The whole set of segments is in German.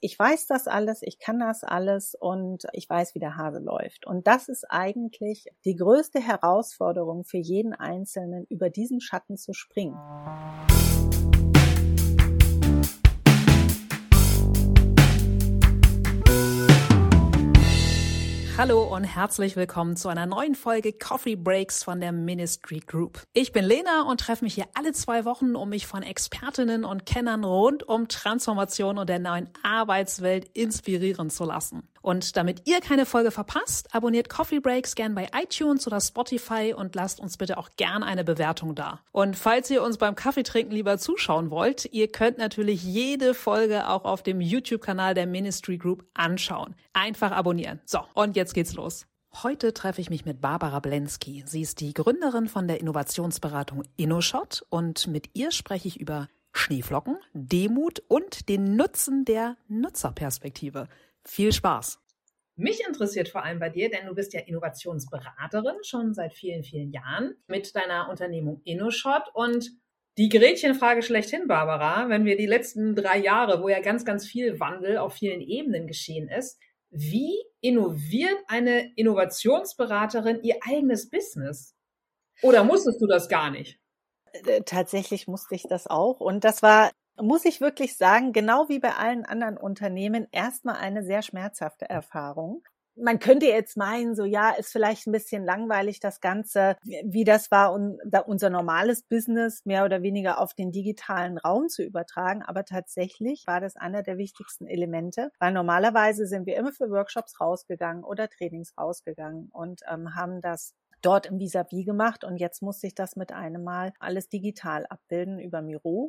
ich weiß das alles, ich kann das alles und ich weiß, wie der Hase läuft. Und das ist eigentlich die größte Herausforderung für jeden Einzelnen, über diesen Schatten zu springen. Hallo und herzlich willkommen zu einer neuen Folge Coffee Breaks von der Ministry Group. Ich bin Lena und treffe mich hier alle 2 Wochen, um mich von Expertinnen und Kennern rund um Transformation und der neuen Arbeitswelt inspirieren zu lassen. Und damit ihr keine Folge verpasst, abonniert Coffee Breaks gern bei iTunes oder Spotify und lasst uns bitte auch gern eine Bewertung da. Und falls ihr uns beim Kaffeetrinken lieber zuschauen wollt, ihr könnt natürlich jede Folge auch auf dem YouTube-Kanal der Ministry Group anschauen. Einfach abonnieren. So, und jetzt geht's los. Heute treffe ich mich mit Barbara Blensky. Sie ist die Gründerin von der Innovationsberatung InnoShot und mit ihr spreche ich über Schneeflocken, Demut und den Nutzen der Nutzerperspektive. Viel Spaß! Mich interessiert vor allem bei dir, denn du bist ja Innovationsberaterin schon seit vielen, vielen Jahren mit deiner Unternehmung InnoShot und die Gretchenfrage schlechthin, Barbara, wenn wir die letzten 3 Jahre, wo ja ganz, ganz viel Wandel auf vielen Ebenen geschehen ist, wie innoviert eine Innovationsberaterin ihr eigenes Business? Oder musstest du das gar nicht? Tatsächlich musste ich das auch und das war, muss ich wirklich sagen, genau wie bei allen anderen Unternehmen, erstmal eine sehr schmerzhafte Erfahrung. Man könnte jetzt meinen, so ja, ist vielleicht ein bisschen langweilig das Ganze, wie das war, unser normales Business mehr oder weniger auf den digitalen Raum zu übertragen. Aber tatsächlich war das einer der wichtigsten Elemente, weil normalerweise sind wir immer für Workshops rausgegangen oder Trainings rausgegangen und haben das dort im Vis-à-vis gemacht. Und jetzt musste ich das mit einem Mal alles digital abbilden über Miro.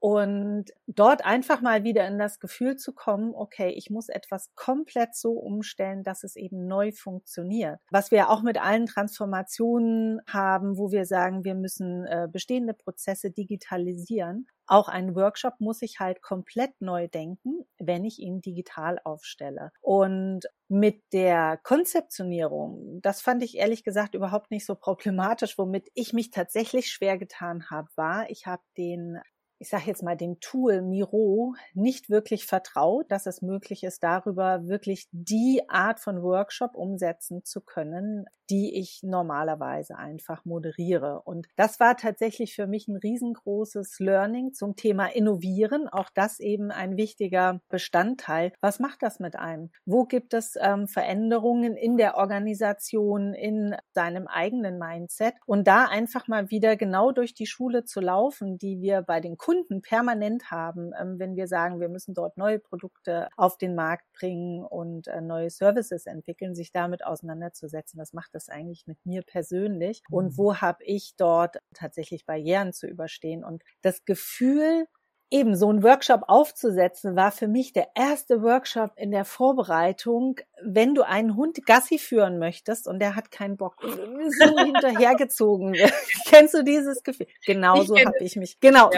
Und dort einfach mal wieder in das Gefühl zu kommen, okay, ich muss etwas komplett so umstellen, dass es eben neu funktioniert. Was wir auch mit allen Transformationen haben, wo wir sagen, wir müssen bestehende Prozesse digitalisieren. Auch ein Workshop muss ich halt komplett neu denken, wenn ich ihn digital aufstelle. Und mit der Konzeptionierung, das fand ich ehrlich gesagt überhaupt nicht so problematisch. Womit ich mich tatsächlich schwer getan habe, war, ich habe ich sage jetzt mal, dem Tool Miro nicht wirklich vertraut, dass es möglich ist, darüber wirklich die Art von Workshop umsetzen zu können, die ich normalerweise einfach moderiere. Und das war tatsächlich für mich ein riesengroßes Learning zum Thema Innovieren. Auch das eben ein wichtiger Bestandteil. Was macht das mit einem? Wo gibt es Veränderungen in der Organisation, in seinem eigenen Mindset? Und da einfach mal wieder genau durch die Schule zu laufen, die wir bei den Kunden permanent haben, wenn wir sagen, wir müssen dort neue Produkte auf den Markt bringen und neue Services entwickeln, sich damit auseinanderzusetzen. Was macht das eigentlich mit mir persönlich? Und wo habe ich dort tatsächlich Barrieren zu überstehen? Und das Gefühl, eben so einen Workshop aufzusetzen, war für mich der erste Workshop in der Vorbereitung, wenn du einen Hund Gassi führen möchtest und der hat keinen Bock und so hinterhergezogen wird. Kennst du dieses Gefühl? Genauso habe ich mich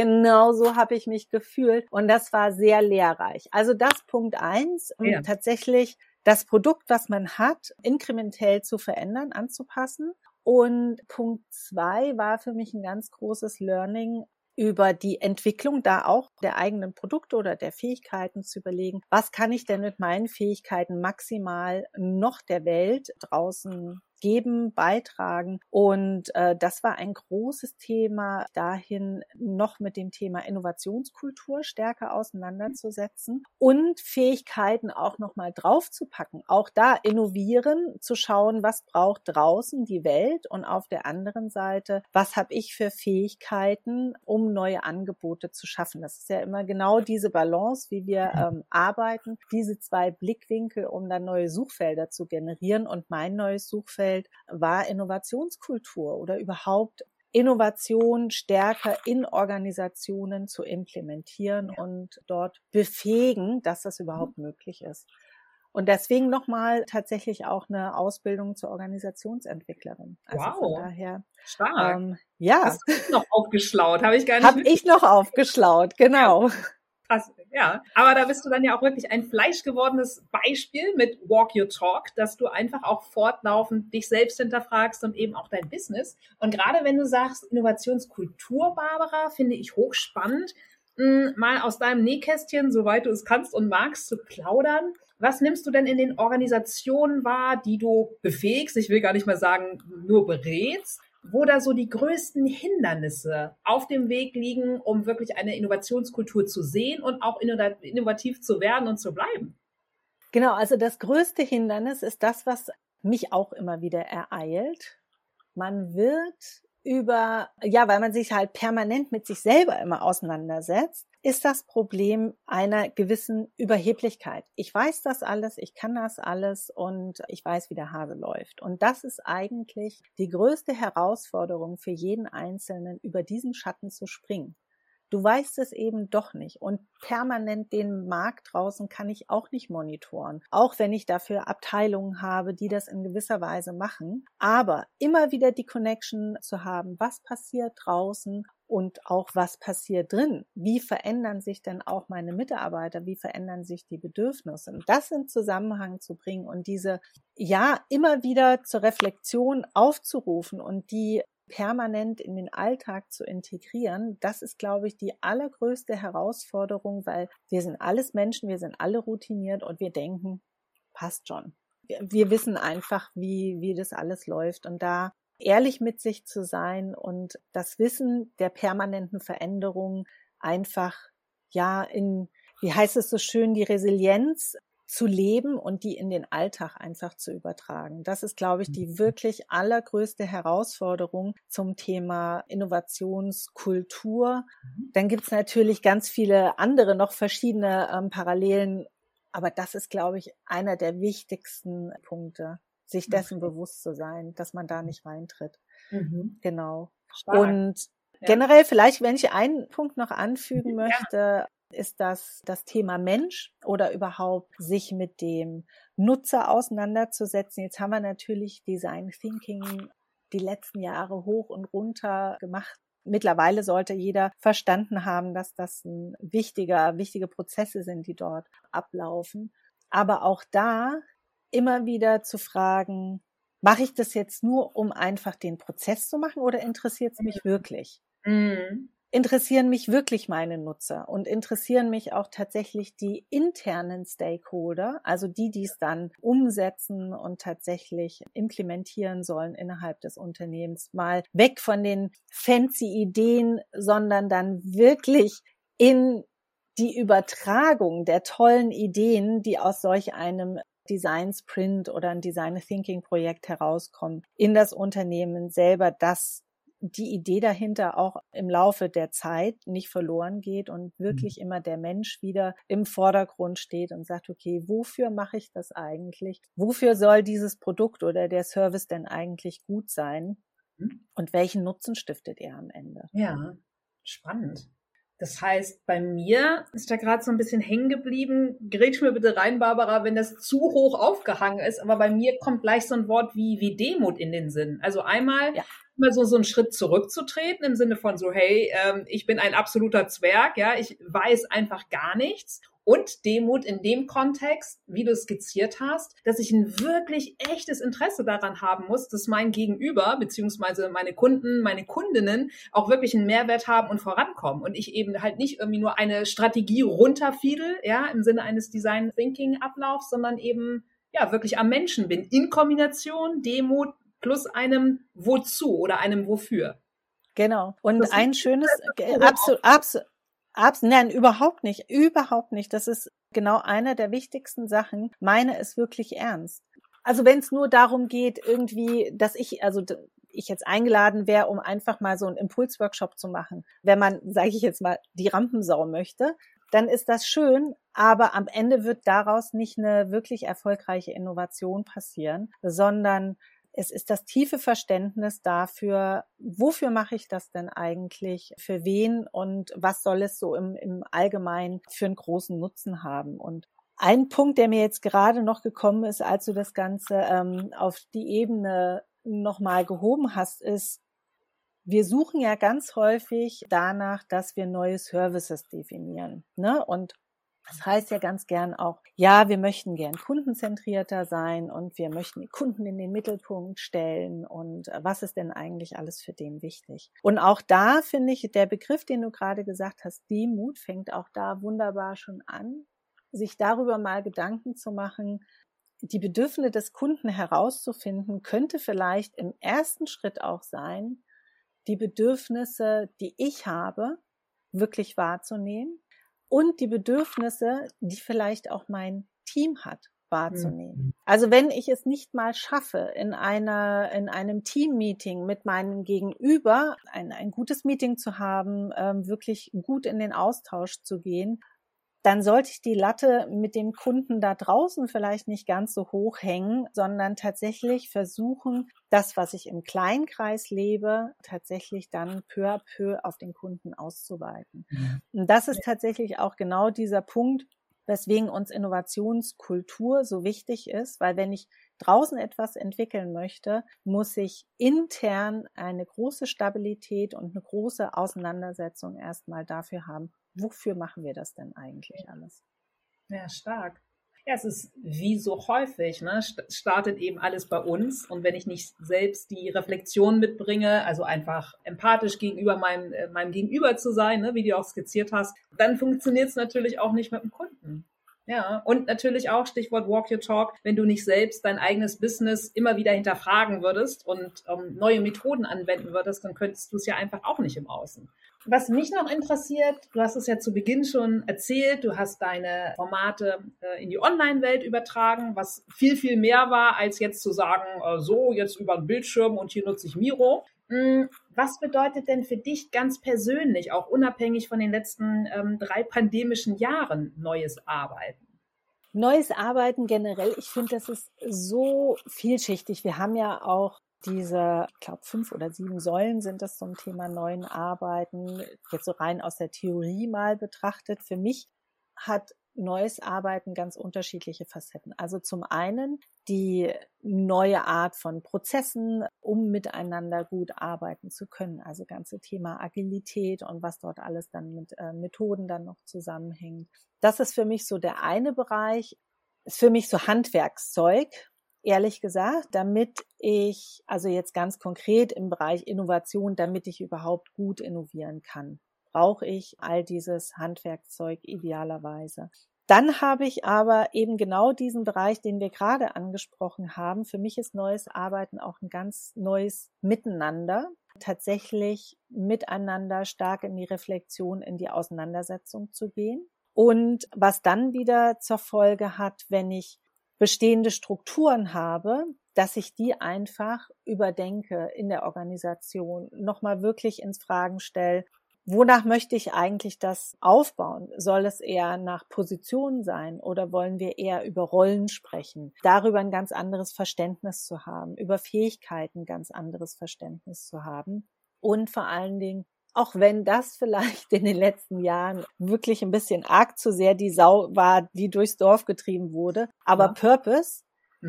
gefühlt und das war sehr lehrreich. Also das Punkt 1, tatsächlich das Produkt, was man hat, inkrementell zu verändern, anzupassen. Und Punkt 2 war für mich ein ganz großes Learning, über die Entwicklung da auch der eigenen Produkte oder der Fähigkeiten zu überlegen, was kann ich denn mit meinen Fähigkeiten maximal noch der Welt draußen geben, beitragen. Und das war ein großes Thema, dahin noch mit dem Thema Innovationskultur stärker auseinanderzusetzen und Fähigkeiten auch nochmal draufzupacken. Auch da innovieren, zu schauen, was braucht draußen die Welt und auf der anderen Seite, was habe ich für Fähigkeiten, um neue Angebote zu schaffen. Das ist ja immer genau diese Balance, wie wir arbeiten, diese 2 Blickwinkel, um dann neue Suchfelder zu generieren. Und mein neues Suchfeld war Innovationskultur oder überhaupt Innovation stärker in Organisationen zu implementieren und dort befähigen, dass das überhaupt möglich ist. Und deswegen nochmal tatsächlich auch eine Ausbildung zur Organisationsentwicklerin. Also von daher. Stark. Ja. Hast du noch aufgeschlaut? Habe ich gar nicht. Habe ich noch aufgeschlaut, genau. Ja. Krass, ja. Aber da bist du dann ja auch wirklich ein fleischgewordenes Beispiel mit Walk Your Talk, dass du einfach auch fortlaufend dich selbst hinterfragst und eben auch dein Business. Und gerade wenn du sagst Innovationskultur, Barbara, finde ich hochspannend, mal aus deinem Nähkästchen, soweit du es kannst und magst, zu plaudern. Was nimmst du denn in den Organisationen wahr, die du befähigst? Ich will gar nicht mal sagen, nur berätst, wo da so die größten Hindernisse auf dem Weg liegen, um wirklich eine Innovationskultur zu sehen und auch innovativ zu werden und zu bleiben? Genau, also das größte Hindernis ist das, was mich auch immer wieder ereilt. Man wird weil man sich halt permanent mit sich selber immer auseinandersetzt, ist das Problem einer gewissen Überheblichkeit. Ich weiß das alles, ich kann das alles und ich weiß, wie der Hase läuft. Und das ist eigentlich die größte Herausforderung für jeden Einzelnen, über diesen Schatten zu springen. Du weißt es eben doch nicht. Und permanent den Markt draußen kann ich auch nicht monitoren. Auch wenn ich dafür Abteilungen habe, die das in gewisser Weise machen. Aber immer wieder die Connection zu haben, was passiert draußen und auch was passiert drin. Wie verändern sich denn auch meine Mitarbeiter? Wie verändern sich die Bedürfnisse? Und das in Zusammenhang zu bringen und diese, immer wieder zur Reflexion aufzurufen und die permanent in den Alltag zu integrieren, das ist, glaube ich, die allergrößte Herausforderung, weil wir sind alles Menschen, wir sind alle routiniert und wir denken, passt schon. Wir wissen einfach, wie das alles läuft und da ehrlich mit sich zu sein und das Wissen der permanenten Veränderung einfach, wie heißt es so schön, die Resilienz zu leben und die in den Alltag einfach zu übertragen. Das ist, glaube ich, die wirklich allergrößte Herausforderung zum Thema Innovationskultur. Dann gibt es natürlich ganz viele andere, noch verschiedene Parallelen, aber das ist, glaube ich, einer der wichtigsten Punkte, sich dessen bewusst zu sein, dass man da nicht reintritt. Genau. Stark. Und generell vielleicht, wenn ich einen Punkt noch anfügen möchte, ist das Thema Mensch oder überhaupt sich mit dem Nutzer auseinanderzusetzen. Jetzt haben wir natürlich Design Thinking die letzten Jahre hoch und runter gemacht. Mittlerweile sollte jeder verstanden haben, dass das wichtige Prozesse sind, die dort ablaufen. Aber auch da immer wieder zu fragen, mache ich das jetzt nur, um einfach den Prozess zu machen oder interessiert es mich wirklich? Interessieren mich wirklich meine Nutzer und interessieren mich auch tatsächlich die internen Stakeholder, also die es dann umsetzen und tatsächlich implementieren sollen innerhalb des Unternehmens, mal weg von den fancy Ideen, sondern dann wirklich in die Übertragung der tollen Ideen, die aus solch einem Design Sprint oder ein Design Thinking Projekt herauskommen, in das Unternehmen selber, dass die Idee dahinter auch im Laufe der Zeit nicht verloren geht und wirklich immer der Mensch wieder im Vordergrund steht und sagt, okay, wofür mache ich das eigentlich? Wofür soll dieses Produkt oder der Service denn eigentlich gut sein? Und welchen Nutzen stiftet er am Ende? Ja, spannend. Das heißt, bei mir ist da gerade so ein bisschen hängen geblieben. Grätsch mir bitte rein, Barbara, wenn das zu hoch aufgehangen ist. Aber bei mir kommt gleich so ein Wort wie Demut in den Sinn. Also einmal immer so einen Schritt zurückzutreten im Sinne von so, hey, ich bin ein absoluter Zwerg, ich weiß einfach gar nichts. Und Demut in dem Kontext, wie du es skizziert hast, dass ich ein wirklich echtes Interesse daran haben muss, dass mein Gegenüber, beziehungsweise meine Kunden, meine Kundinnen auch wirklich einen Mehrwert haben und vorankommen. Und ich eben halt nicht irgendwie nur eine Strategie runterfiedel, im Sinne eines Design Thinking Ablaufs, sondern eben, wirklich am Menschen bin. In Kombination Demut plus einem Wozu oder einem Wofür. Genau. Und ein schönes, nein, überhaupt nicht. Das ist genau einer der wichtigsten Sachen. Meine es wirklich ernst. Also wenn es nur darum geht, irgendwie, dass ich jetzt eingeladen wäre, um einfach mal so einen Impulsworkshop zu machen. Wenn man, sage ich jetzt mal, die Rampensau möchte, dann ist das schön, aber am Ende wird daraus nicht eine wirklich erfolgreiche Innovation passieren, sondern es ist das tiefe Verständnis dafür, wofür mache ich das denn eigentlich, für wen und was soll es so im Allgemeinen für einen großen Nutzen haben. Und ein Punkt, der mir jetzt gerade noch gekommen ist, als du das Ganze auf die Ebene nochmal gehoben hast, ist, wir suchen ja ganz häufig danach, dass wir neue Services definieren, ne? Und Das heißt ja ganz gern auch, ja, wir möchten gern kundenzentrierter sein und wir möchten die Kunden in den Mittelpunkt stellen und was ist denn eigentlich alles für den wichtig? Und auch da finde ich, der Begriff, den du gerade gesagt hast, Demut, fängt auch da wunderbar schon an, sich darüber mal Gedanken zu machen, die Bedürfnisse des Kunden herauszufinden, könnte vielleicht im ersten Schritt auch sein, die Bedürfnisse, die ich habe, wirklich wahrzunehmen. Und die Bedürfnisse, die vielleicht auch mein Team hat, wahrzunehmen. Also wenn ich es nicht mal schaffe, in einem Team-Meeting mit meinem Gegenüber ein gutes Meeting zu haben, wirklich gut in den Austausch zu gehen, dann sollte ich die Latte mit dem Kunden da draußen vielleicht nicht ganz so hoch hängen, sondern tatsächlich versuchen, das, was ich im Kleinkreis lebe, tatsächlich dann peu à peu auf den Kunden auszuweiten. Und das ist tatsächlich auch genau dieser Punkt, weswegen uns Innovationskultur so wichtig ist, weil wenn ich draußen etwas entwickeln möchte, muss ich intern eine große Stabilität und eine große Auseinandersetzung erstmal dafür haben, wofür machen wir das denn eigentlich alles? Ja, stark. Ja, es ist wie so häufig, ne? Startet eben alles bei uns. Und wenn ich nicht selbst die Reflexion mitbringe, also einfach empathisch gegenüber meinem Gegenüber zu sein, ne, wie du auch skizziert hast, dann funktioniert es natürlich auch nicht mit dem Kunden. Ja, und natürlich auch Stichwort Walk Your Talk, wenn du nicht selbst dein eigenes Business immer wieder hinterfragen würdest und neue Methoden anwenden würdest, dann könntest du es ja einfach auch nicht im Außen. Was mich noch interessiert, du hast es ja zu Beginn schon erzählt, du hast deine Formate in die Online-Welt übertragen, was viel, viel mehr war, als jetzt zu sagen, so, jetzt über den Bildschirm und hier nutze ich Miro. Was bedeutet denn für dich ganz persönlich, auch unabhängig von den letzten 3 pandemischen Jahren, neues Arbeiten? Neues Arbeiten generell, ich finde, das ist so vielschichtig. Wir haben ja auch diese, ich glaube, 5 oder 7 Säulen sind das zum Thema neuen Arbeiten, jetzt so rein aus der Theorie mal betrachtet. Für mich hat neues Arbeiten ganz unterschiedliche Facetten. Also zum einen die neue Art von Prozessen, um miteinander gut arbeiten zu können. Also ganze Thema Agilität und was dort alles dann mit Methoden dann noch zusammenhängt. Das ist für mich so der eine Bereich, ist für mich so Handwerkszeug, ehrlich gesagt, damit ich, also jetzt ganz konkret im Bereich Innovation, damit ich überhaupt gut innovieren kann, brauche ich all dieses Handwerkszeug idealerweise. Dann habe ich aber eben genau diesen Bereich, den wir gerade angesprochen haben. Für mich ist neues Arbeiten auch ein ganz neues Miteinander, tatsächlich miteinander stark in die Reflexion, in die Auseinandersetzung zu gehen. Und was dann wieder zur Folge hat, wenn ich bestehende Strukturen habe, dass ich die einfach überdenke in der Organisation, nochmal wirklich ins Fragen stelle, wonach möchte ich eigentlich das aufbauen? Soll es eher nach Positionen sein oder wollen wir eher über Rollen sprechen? Darüber ein ganz anderes Verständnis zu haben, über Fähigkeiten ein ganz anderes Verständnis zu haben und vor allen Dingen, auch wenn das vielleicht in den letzten Jahren wirklich ein bisschen arg zu sehr die Sau war, die durchs Dorf getrieben wurde, aber ja. Purpose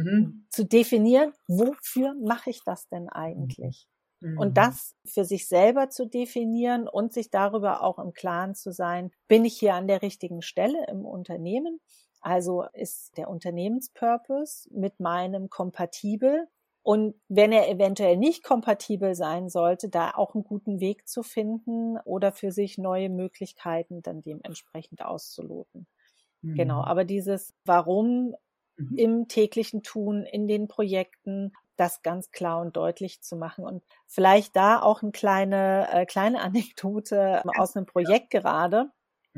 zu definieren, wofür mache ich das denn eigentlich? Und das für sich selber zu definieren und sich darüber auch im Klaren zu sein, bin ich hier an der richtigen Stelle im Unternehmen? Also ist der Unternehmenspurpose mit meinem kompatibel? Und wenn er eventuell nicht kompatibel sein sollte, da auch einen guten Weg zu finden oder für sich neue Möglichkeiten dann dementsprechend auszuloten. Genau, aber dieses Warum im täglichen Tun, in den Projekten, das ganz klar und deutlich zu machen. Und vielleicht da auch eine kleine Anekdote aus einem Projekt gerade.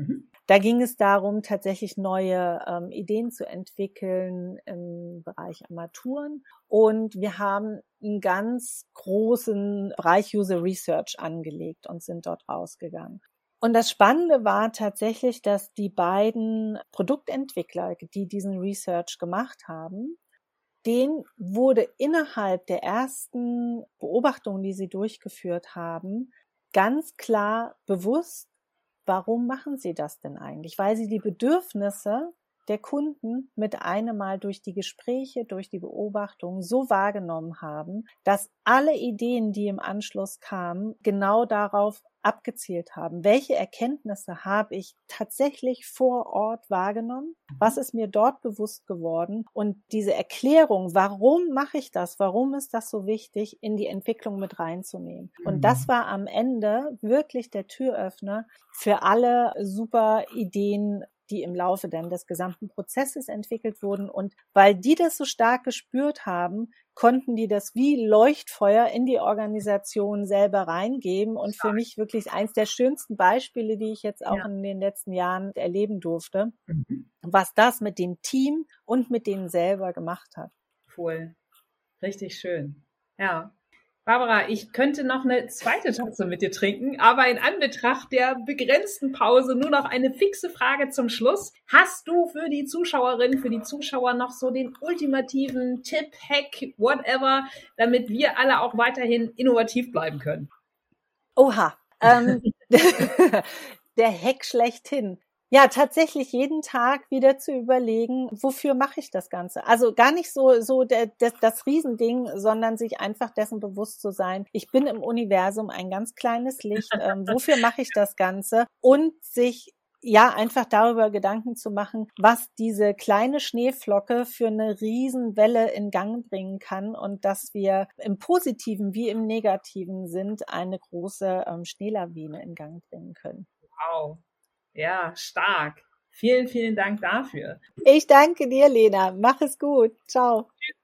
Da ging es darum, tatsächlich neue Ideen zu entwickeln im Bereich Armaturen. Und wir haben einen ganz großen Bereich User Research angelegt und sind dort rausgegangen. Und das Spannende war tatsächlich, dass die beiden Produktentwickler, die diesen Research gemacht haben, denen wurde innerhalb der ersten Beobachtungen, die sie durchgeführt haben, ganz klar bewusst, warum machen sie das denn eigentlich? Weil sie die Bedürfnisse der Kunden mit einem Mal durch die Gespräche, durch die Beobachtung so wahrgenommen haben, dass alle Ideen, die im Anschluss kamen, genau darauf abgezielt haben. Welche Erkenntnisse habe ich tatsächlich vor Ort wahrgenommen? Was ist mir dort bewusst geworden? Und diese Erklärung, warum mache ich das? Warum ist das so wichtig, in die Entwicklung mit reinzunehmen? Und das war am Ende wirklich der Türöffner für alle super Ideen, die im Laufe dann des gesamten Prozesses entwickelt wurden. Und weil die das so stark gespürt haben, konnten die das wie Leuchtfeuer in die Organisation selber reingeben. Und für mich wirklich eins der schönsten Beispiele, die ich jetzt auch in den letzten Jahren erleben durfte, was das mit dem Team und mit denen selber gemacht hat. Cool. Richtig schön. Ja. Barbara, ich könnte noch eine zweite Tasse mit dir trinken, aber in Anbetracht der begrenzten Pause nur noch eine fixe Frage zum Schluss. Hast du für die Zuschauerinnen, für die Zuschauer noch so den ultimativen Tipp, Hack, whatever, damit wir alle auch weiterhin innovativ bleiben können? Oha, der Hack schlechthin. Ja, tatsächlich jeden Tag wieder zu überlegen, wofür mache ich das Ganze? Also gar nicht so das Riesending, sondern sich einfach dessen bewusst zu sein. Ich bin im Universum ein ganz kleines Licht. Wofür mache ich das Ganze? Und sich einfach darüber Gedanken zu machen, was diese kleine Schneeflocke für eine Riesenwelle in Gang bringen kann und dass wir im Positiven wie im Negativen sind, eine große Schneelawine in Gang bringen können. Wow. Ja, stark. Vielen, vielen Dank dafür. Ich danke dir, Lena. Mach es gut. Ciao.